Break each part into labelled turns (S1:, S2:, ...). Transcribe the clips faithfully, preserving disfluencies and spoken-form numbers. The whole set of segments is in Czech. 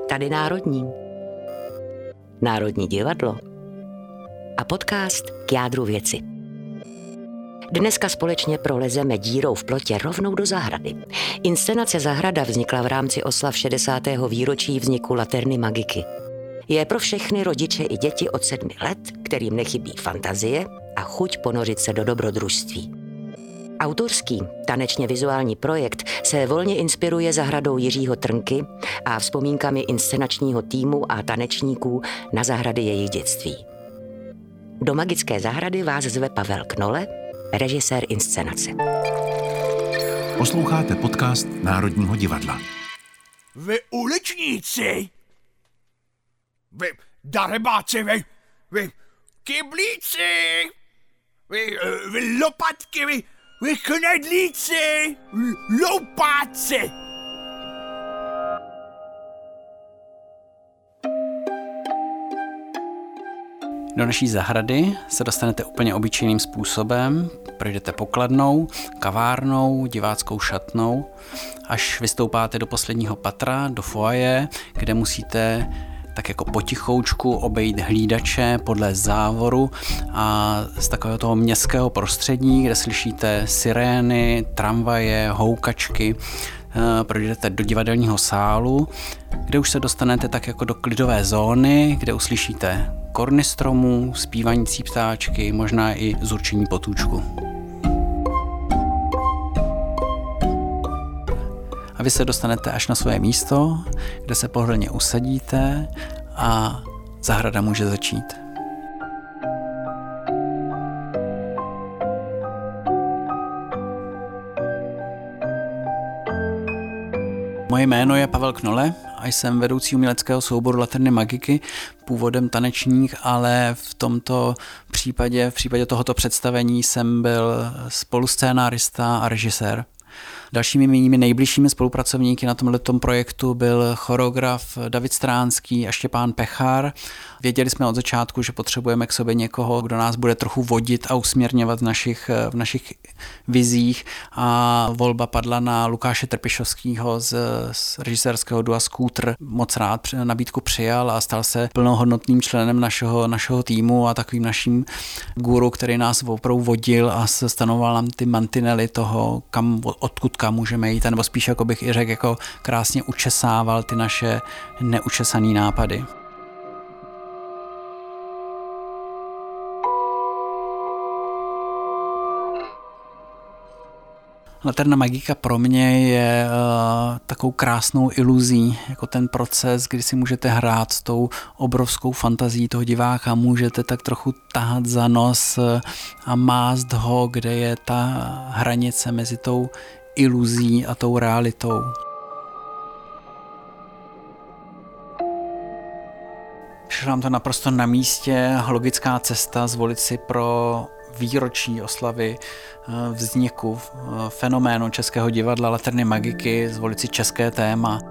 S1: tady Národní. Národní divadlo a podcast K jádru věci. Dneska společně prolezeme dírou v plotě rovnou do zahrady. Inscenace Zahrada vznikla v rámci oslav šedesátého výročí vzniku Laterny Magiky. Je pro všechny rodiče i děti od sedmi let, kterým nechybí fantazie a chuť ponořit se do dobrodružství. Autorský tanečně vizuální projekt se volně inspiruje zahradou Jiřího Trnky a vzpomínkami inscenačního týmu a tanečníků na zahrady jejich dětství. Do Magické zahrady vás zve Pavel Knole, režisér inscenace.
S2: Posloucháte podcast Národního divadla.
S3: Vy uličníci, vy darebáci, vy, vy kyblíci, vy, vy lopatky, vy, vy knedlíci, vy loupáci.
S4: Do naší zahrady se dostanete úplně obyčejným způsobem. Projdete pokladnou, kavárnou, diváckou šatnou, až vystoupáte do posledního patra, do foaje, kde musíte tak jako potichoučku obejít hlídače podle závoru a z takového toho městského prostředí, kde slyšíte sirény, tramvaje, houkačky, projdete do divadelního sálu, kde už se dostanete tak jako do klidové zóny, kde uslyšíte korny stromů, zpívající ptáčky, možná i zurčení potůčku. A vy se dostanete až na svoje místo, kde se pohodlně usadíte a zahrada může začít. Moje jméno je Pavel Knole a jsem vedoucí uměleckého souboru Laterny Magiky, původem tanečník, ale v tomto případě, v případě tohoto představení jsem byl spoluscénárista a režisér. Dalšími mými nejbližšími spolupracovníky na tomto projektu byl choreograf David Stránský a Štěpán Pechar. Věděli jsme od začátku, že potřebujeme k sobě někoho, kdo nás bude trochu vodit a usměrňovat v našich, v našich vizích, a volba padla na Lukáše Trpišovského z, z režisérského dua Skútr. Moc rád nabídku přijal a stal se plnohodnotným členem našeho, našeho týmu a takovým naším guru, který nás opravdu vodil a stanoval nám ty mantinely toho, kam, odkud kam můžeme jít, nebo spíš, jako bych i řekl, jako krásně učesával ty naše neučesaný nápady. Laterna Magika pro mě je uh, takovou krásnou iluzí, jako ten proces, kdy si můžete hrát s tou obrovskou fantazí toho diváka, můžete tak trochu tahat za nos a mást ho, kde je ta hranice mezi tou iluzí a tou realitou. Přišlo nám to naprosto na místě, logická cesta zvolit si pro výročí oslavy vzniku fenoménu českého divadla Laterny Magiky, zvolit si české téma.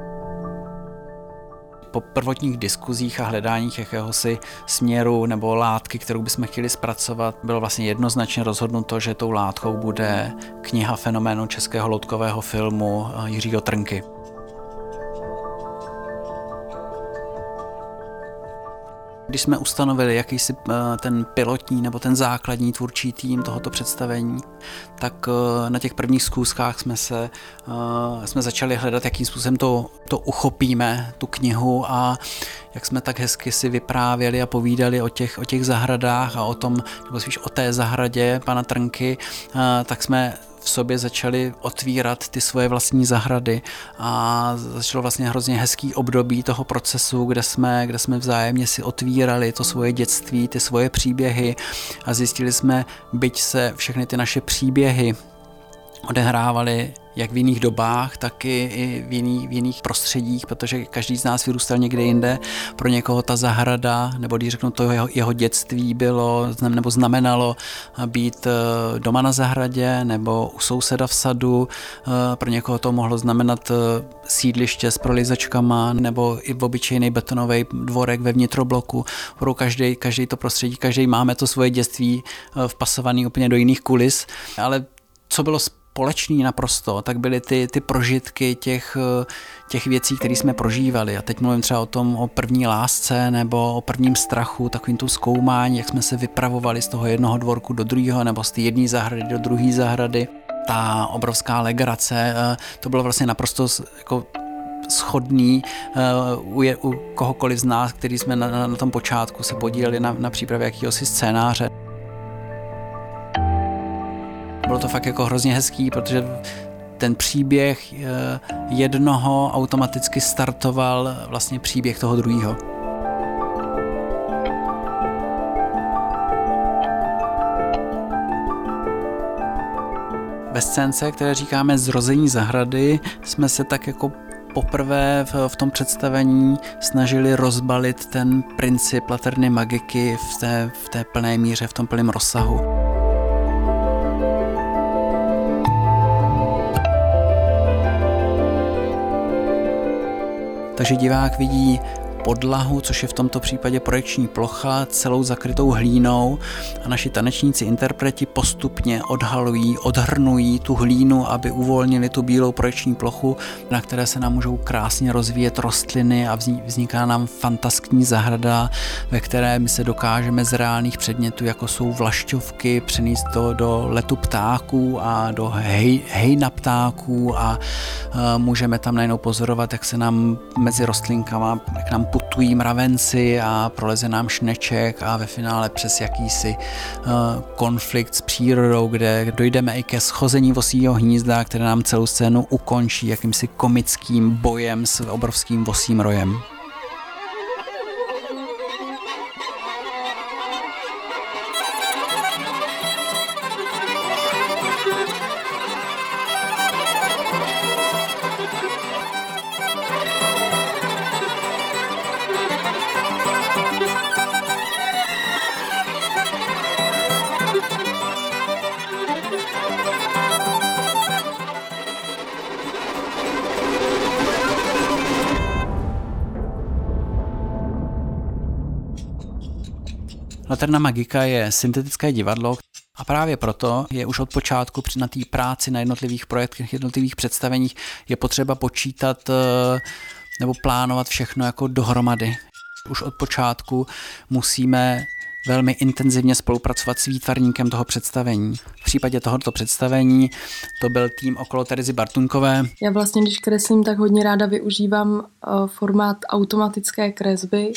S4: Po prvotních diskuzích a hledáních jakéhosi směru nebo látky, kterou bychom chtěli zpracovat, bylo vlastně jednoznačně rozhodnuto, že tou látkou bude kniha fenoménu českého loutkového filmu Jiřího Trnky. Když jsme ustanovili jakýsi ten pilotní nebo ten základní tvůrčí tým tohoto představení, tak na těch prvních zkouškách jsme se jsme začali hledat, jakým způsobem to, to uchopíme, tu knihu, a jak jsme tak hezky si vyprávěli a povídali o těch, o těch zahradách a o tom, nebo spíš o té zahradě pana Trnky, tak jsme v sobě začali otvírat ty svoje vlastní zahrady a začalo vlastně hrozně hezký období toho procesu, kde jsme, kde jsme vzájemně si otvírali to svoje dětství, ty svoje příběhy, a zjistili jsme, byť se všechny ty naše příběhy odehrávaly jak v jiných dobách, tak i v jiných, v jiných prostředích, protože každý z nás vyrůstal někde jinde. Pro někoho ta zahrada, nebo když řeknu to, jeho, jeho dětství bylo, nebo znamenalo být doma na zahradě, nebo u souseda v sadu. Pro někoho to mohlo znamenat sídliště s prolizačkama, nebo i obyčejný betonový dvorek ve vnitrobloku. Pro každý, každý to prostředí, každý máme to svoje dětství vpasovaný úplně do jiných kulis, ale co bylo společný naprosto, tak byly ty, ty prožitky těch, těch věcí, které jsme prožívali. A teď mluvím třeba o tom, o první lásce nebo o prvním strachu, takovým tu zkoumání, jak jsme se vypravovali z toho jednoho dvorku do druhého nebo z té jedné zahrady do druhé zahrady. Ta obrovská legrace, to bylo vlastně naprosto jako shodný u, je, u kohokoliv z nás, který jsme na, na tom počátku se podíleli na, na přípravě jakýhosi scénáře. Bylo to fakt jako hrozně hezký, protože ten příběh jednoho automaticky startoval vlastně příběh toho druhého. Ve scénce, které říkáme Zrození zahrady, jsme se tak jako poprvé v, v tom představení snažili rozbalit ten princip laterny magiky v té, v té plné míře, v tom plném rozsahu. Takže divák vidí podlahu, což je v tomto případě projekční plocha, celou zakrytou hlínou a naši tanečníci, interpreti postupně odhalují, odhrnují tu hlínu, aby uvolnili tu bílou projekční plochu, na které se nám můžou krásně rozvíjet rostliny a vzniká nám fantaskní zahrada, ve které my se dokážeme z reálných předmětů, jako jsou vlašťovky, přenést do, do letu ptáků a do hej, hejna ptáků a uh, můžeme tam najednou pozorovat, jak se nám mezi rostlinkama, jak nám putují mravenci a proleze nám šneček a ve finále přes jakýsi uh, konflikt s přírodou, kde dojdeme i ke schození vosího hnízda, které nám celou scénu ukončí jakýmsi komickým bojem s obrovským vosím rojem. Laterna magika je syntetické divadlo a právě proto je už od počátku na té práci na jednotlivých projektech, jednotlivých představeních je potřeba počítat nebo plánovat všechno jako dohromady. Už od počátku musíme velmi intenzivně spolupracovat s výtvarníkem toho představení. V případě tohoto představení to byl tým okolo Terezy Bartuňkové.
S5: Já vlastně, když kreslím, tak hodně ráda využívám formát automatické kresby.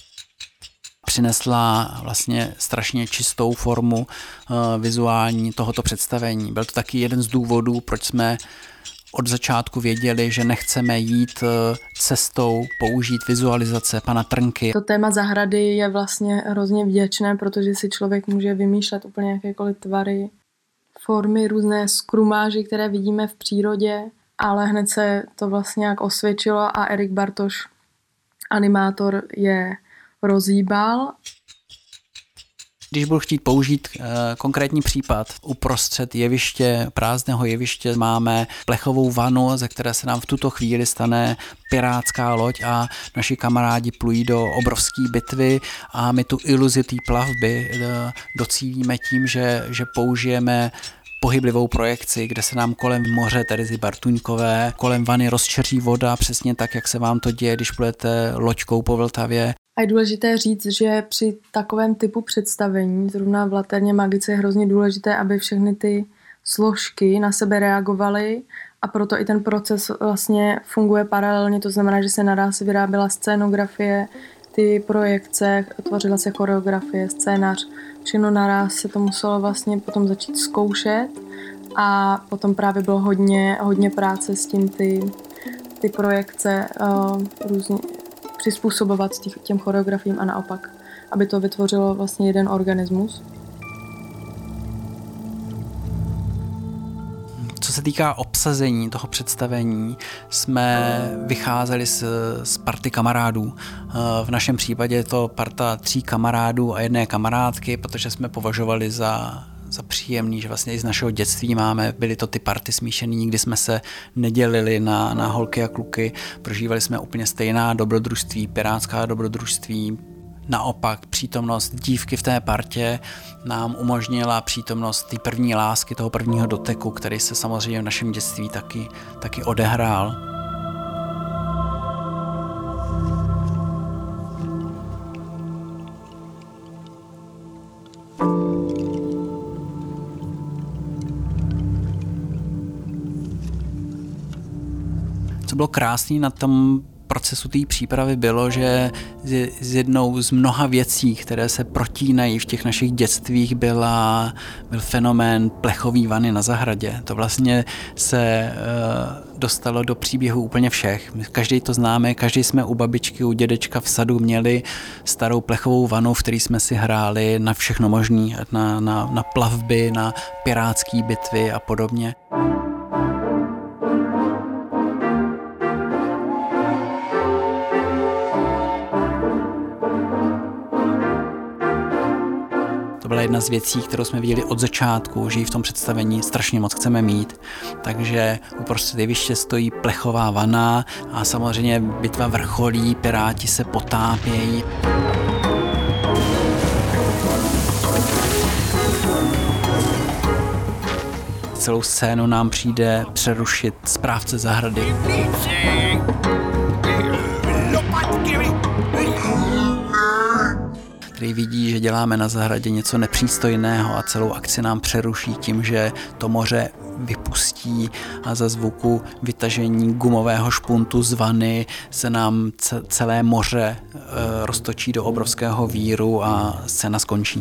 S4: Přinesla vlastně strašně čistou formu uh, vizuální tohoto představení. Byl to taky jeden z důvodů, proč jsme od začátku věděli, že nechceme jít uh, cestou použít vizualizace pana Trnky.
S5: To téma zahrady je vlastně hrozně vděčné, protože si člověk může vymýšlet úplně jakékoliv tvary, formy, různé skrumáži, které vidíme v přírodě, ale hned se to vlastně jak osvědčilo a Erik Bartoš, animátor, je rozhýbal.
S4: Když budu chtít použít e, konkrétní případ, uprostřed jeviště, prázdného jeviště máme plechovou vanu, ze které se nám v tuto chvíli stane pirátská loď a naši kamarádi plují do obrovské bitvy a my tu iluzi té plavby e, docílíme tím, že, že použijeme pohyblivou projekci, kde se nám kolem moře Terezy Bartuňkové, kolem vany rozčeří voda, přesně tak, jak se vám to děje, když plujete loďkou po Vltavě.
S5: A je důležité říct, že při takovém typu představení, zrovna v Laterně magice, je hrozně důležité, aby všechny ty složky na sebe reagovaly a proto i ten proces vlastně funguje paralelně, to znamená, že se naraz vyráběla scénografie, ty projekce, tvořila se choreografie, scénář, všechno naraz se to muselo vlastně potom začít zkoušet a potom právě bylo hodně, hodně práce s tím ty, ty projekce uh, různě přizpůsobovat těm choreografiím a naopak, aby to vytvořilo vlastně jeden organismus.
S4: Co se týká obsazení toho představení, jsme vycházeli z, z party kamarádů. V našem případě je to parta tří kamarádů a jedné kamarádky, protože jsme považovali za, za příjemný, že vlastně i z našeho dětství máme, byly to ty party smíšený, nikdy jsme se nedělili na, na holky a kluky, prožívali jsme úplně stejná dobrodružství, pirátská dobrodružství, naopak přítomnost dívky v té partě nám umožnila přítomnost té první lásky, toho prvního doteku, který se samozřejmě v našem dětství taky, taky odehrál. Co bylo krásné na tom procesu té přípravy bylo, že z jednou z mnoha věcí, které se protínají v těch našich dětstvích, byla, byl fenomén plechový vany na zahradě. To vlastně se uh, dostalo do příběhu úplně všech. Každý to známe, každý jsme u babičky, u dědečka v sadu měli starou plechovou vanu, v který jsme si hráli na všechno možný, na, na, na plavby, na pirátské bitvy a podobně. To byla jedna z věcí, kterou jsme viděli od začátku, že ji v tom představení strašně moc chceme mít. Takže uprostřed jeviště stojí plechová vana a samozřejmě bitva vrcholí, piráti se potápějí. Celou scénu nám přijde přerušit správce zahrady. Který vidí, že děláme na zahradě něco nepřístojného a celou akci nám přeruší tím, že to moře vypustí a za zvuku vytažení gumového špuntu z vany se nám celé moře e, roztočí do obrovského víru a scéna skončí.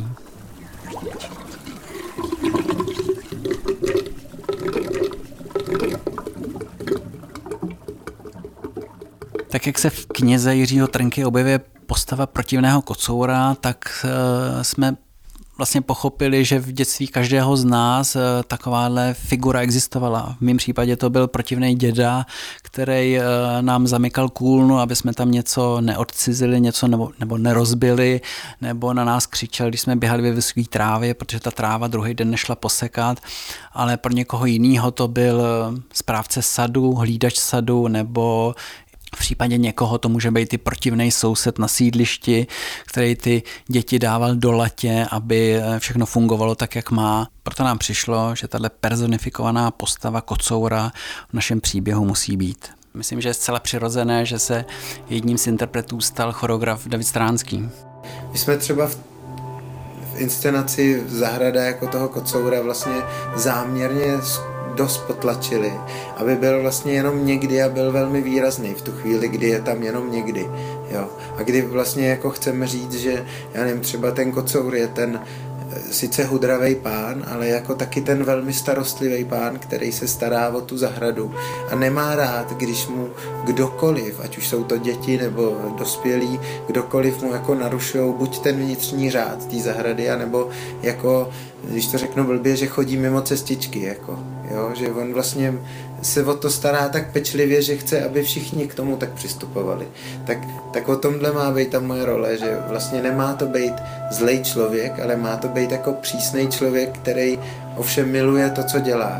S4: Tak jak se v knize Jiřího Trnky objevuje postava protivného kocoura, tak uh, jsme vlastně pochopili, že v dětství každého z nás uh, takováhle figura existovala. V mém případě to byl protivný děda, který uh, nám zamykal kůlnu, aby jsme tam něco neodcizili, něco nebo, nebo nerozbili, nebo na nás křičel, když jsme běhali ve vysoké trávě, protože ta tráva druhý den nešla posekat, ale pro někoho jiného to byl správce sadu, hlídač sadu, nebo v případě někoho to může být i protivný soused na sídlišti, který ty děti dával do latě, aby všechno fungovalo tak, jak má. Proto nám přišlo, že tahle personifikovaná postava kocoura v našem příběhu musí být. Myslím, že je zcela přirozené, že se jedním z interpretů stal choreograf David Stránský.
S6: My jsme třeba v, v inscenaci Zahrada jako toho kocoura vlastně záměrně dost potlačili, aby byl vlastně jenom někdy a byl velmi výrazný v tu chvíli, kdy je tam jenom někdy. Jo. A kdy vlastně jako chceme říct, že já nevím, třeba ten kocour je ten sice hudravej pán, ale jako taky ten velmi starostlivý pán, který se stará o tu zahradu a nemá rád, když mu kdokoliv, ať už jsou to děti nebo dospělí, kdokoliv mu jako narušujou buď ten vnitřní řád té zahrady, anebo jako, když to řeknu blbě, že chodí mimo cestičky, jako, jo, že on vlastně se o to stará tak pečlivě, že chce, aby všichni k tomu tak přistupovali. Tak, tak o tomhle má být ta moje role, že vlastně nemá to být zlej člověk, ale má to být jako přísnej člověk, který ovšem miluje to, co dělá.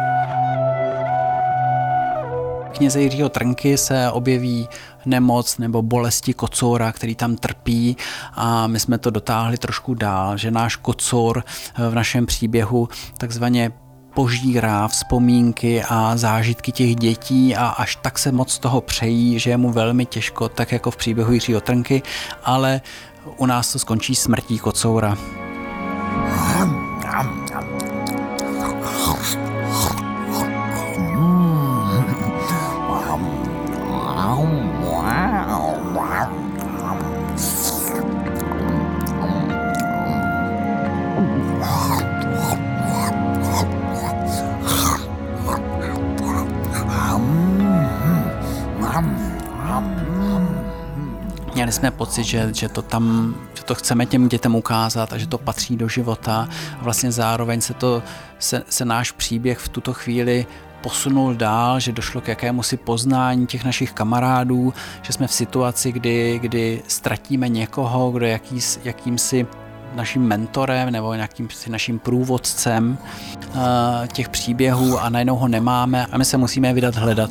S4: V knize Jiřího Trnky se objeví nemoc nebo bolesti kocoura, který tam trpí, a my jsme to dotáhli trošku dál, že náš kocour v našem příběhu takzvaně požírá vzpomínky a zážitky těch dětí a až tak se moc toho přejí, že je mu velmi těžko, tak jako v příběhu Jiřího Trnky, ale u nás to skončí smrtí kocoura. Měli jsme pocit, že, že to tam, že to chceme těm dětem ukázat a že to patří do života. A vlastně zároveň se, to, se, se náš příběh v tuto chvíli posunul dál, že došlo k jakémusi poznání těch našich kamarádů, že jsme v situaci, kdy, kdy ztratíme někoho, kdo je jaký, jakýmsi naším mentorem nebo nějakým naším průvodcem uh, těch příběhů a najednou ho nemáme a my se musíme vydat hledat.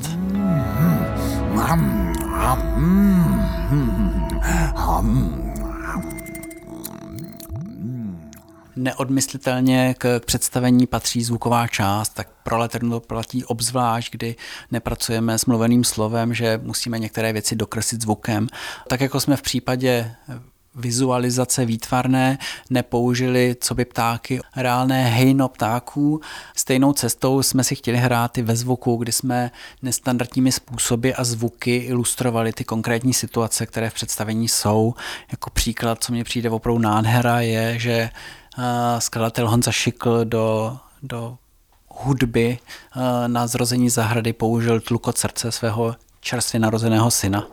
S4: neodmyslitelně k představení patří zvuková část, tak pro Laternu to platí obzvlášť, kdy nepracujeme s mluveným slovem, že musíme některé věci dokreslit zvukem. Tak jako jsme v případě vizualizace výtvarné nepoužili co by ptáky, reálné hejno ptáků. Stejnou cestou jsme si chtěli hrát i ve zvuku, kdy jsme nestandardními způsoby a zvuky ilustrovali ty konkrétní situace, které v představení jsou. Jako příklad, co mně přijde opravdu nádhera, je, že skladatel Honza Šikl do, do hudby na Zrození zahrady použil tlukot srdce svého čerstvě narozeného syna.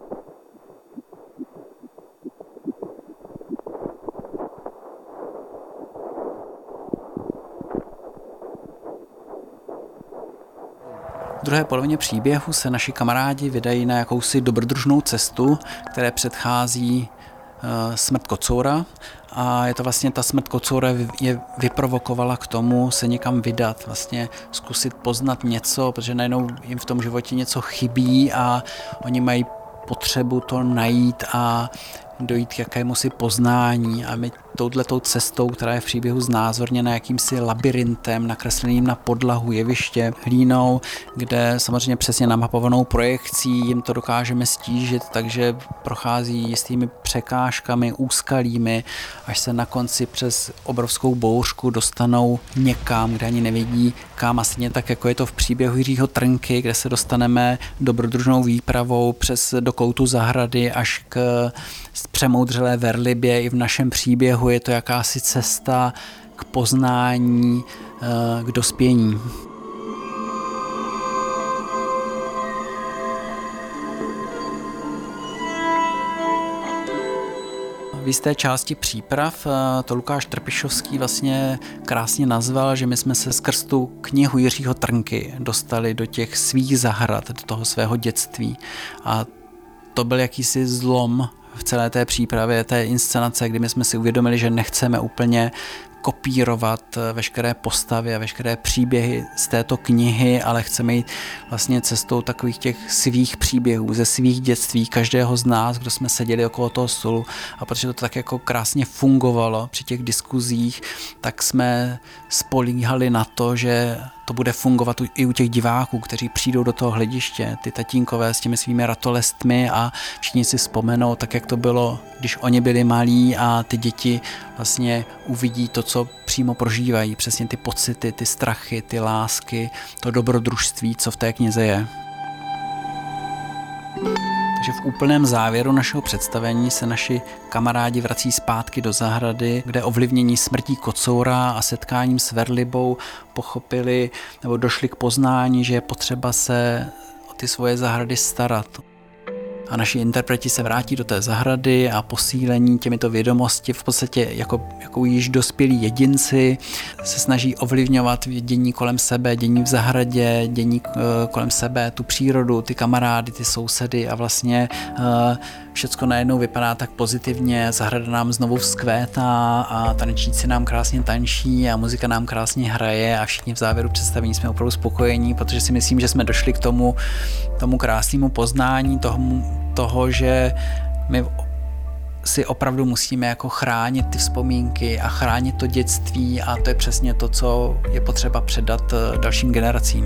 S4: V druhé polovině příběhu se naši kamarádi vydají na jakousi dobrodružnou cestu, které předchází uh, smrt kocoura, a je to vlastně ta smrt kocoura je vyprovokovala k tomu se někam vydat, vlastně zkusit poznat něco, protože najednou jim v tom životě něco chybí a oni mají potřebu to najít a dojít k jakému si poznání, a my touhletou cestou, která je v příběhu znázorněna jakýmsi labirintem nakresleným na podlahu jeviště hlínou, kde samozřejmě přesně namapovanou projekcí jim to dokážeme stížit, takže prochází jistými překážkami, úskalími, až se na konci přes obrovskou bouřku dostanou někam, kde ani nevědí kam, a stejně tak, jako je to v příběhu Jiřího Trnky, kde se dostaneme dobrodružnou výpravou přes do koutu zahrady až k přemoudřelé velrybě. I v našem příběhu je to jakási cesta k poznání, k dospění. V jisté části příprav to Lukáš Trpišovský vlastně krásně nazval, že my jsme se skrz tu knihu Jiřího Trnky dostali do těch svých zahrad, do toho svého dětství, a to byl jakýsi zlom v celé té přípravě té inscenace, kdy my jsme si uvědomili, že nechceme úplně kopírovat veškeré postavy a veškeré příběhy z této knihy, ale chceme jít vlastně cestou takových těch svých příběhů, ze svých dětství, každého z nás, kdo jsme seděli okolo toho stolu, a protože to tak jako krásně fungovalo při těch diskuzích, tak jsme spolíhali na to, že to bude fungovat i u těch diváků, kteří přijdou do toho hlediště, ty tatínkové s těmi svými ratolestmi, a všichni si vzpomenou, tak jak to bylo, když oni byli malí, a ty děti vlastně uvidí to, co přímo prožívají, přesně ty pocity, ty strachy, ty lásky, to dobrodružství, co v té knize je. Takže v úplném závěru našeho představení se naši kamarádi vrací zpátky do zahrady, kde ovlivnění smrtí kocoura a setkáním s velrybou pochopili nebo došli k poznání, že je potřeba se o ty svoje zahrady starat. A naši interpreti se vrátí do té zahrady a posílení těmito vědomosti v podstatě jako, jako již dospělí jedinci se snaží ovlivňovat dění kolem sebe, dění v zahradě, dění kolem sebe, tu přírodu, ty kamarády, ty sousedy, a vlastně všecko najednou vypadá tak pozitivně, zahrada nám znovu vzkvétá a tanečníci nám krásně tančí a muzika nám krásně hraje a všichni v závěru představení jsme opravdu spokojení, protože si myslím, že jsme došli k tomu, tomu krásnému poznání toho, toho, že my si opravdu musíme jako chránit ty vzpomínky a chránit to dětství, a to je přesně to, co je potřeba předat dalším generacím.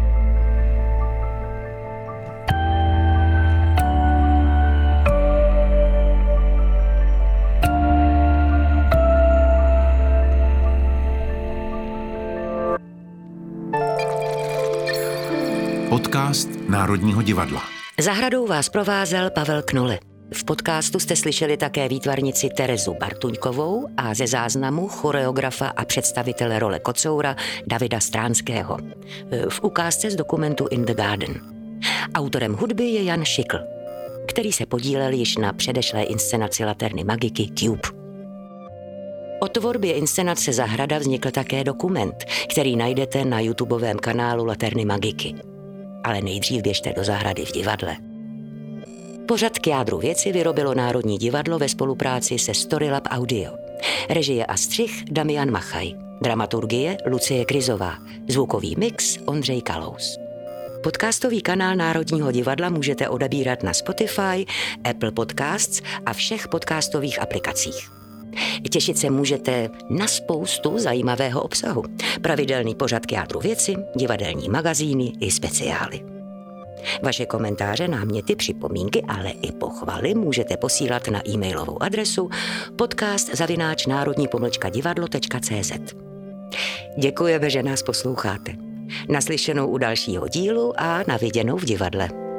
S2: Podcast Národního divadla.
S1: Zahradou vás provázel Pavel Knole. V podcastu jste slyšeli také výtvarnici Terezu Bartuňkovou a ze záznamu choreografa a představitele role kocoura Davida Stránského. V ukázce z dokumentu In the Garden. Autorem hudby je Jan Šikl, který se podílel již na předešlé inscenaci Laterny Magiky Cube. O tvorbě inscenace Zahrada vznikl také dokument, který najdete na YouTubeovém kanálu Laterny Magiky. Ale nejdřív běžte do zahrady v divadle. Pořad K jádru věci vyrobilo Národní divadlo ve spolupráci se Storylab Audio. Režie a střih Damian Machaj. Dramaturgie Lucie Kryzová. Zvukový mix Ondřej Kalous. Podcastový kanál Národního divadla můžete odebírat na Spotify, Apple Podcasts a všech podcastových aplikacích. Těšit se můžete na spoustu zajímavého obsahu. Pravidelný pořad k jádru věci, divadelní magazíny i speciály. Vaše komentáře, náměty, připomínky, ale i pochvaly můžete posílat na e-mailovou adresu podcast zavináč národní pomlčka divadlo tečka cé zet. Děkujeme, že nás posloucháte. Naslyšenou u dalšího dílu a na viděnou v divadle.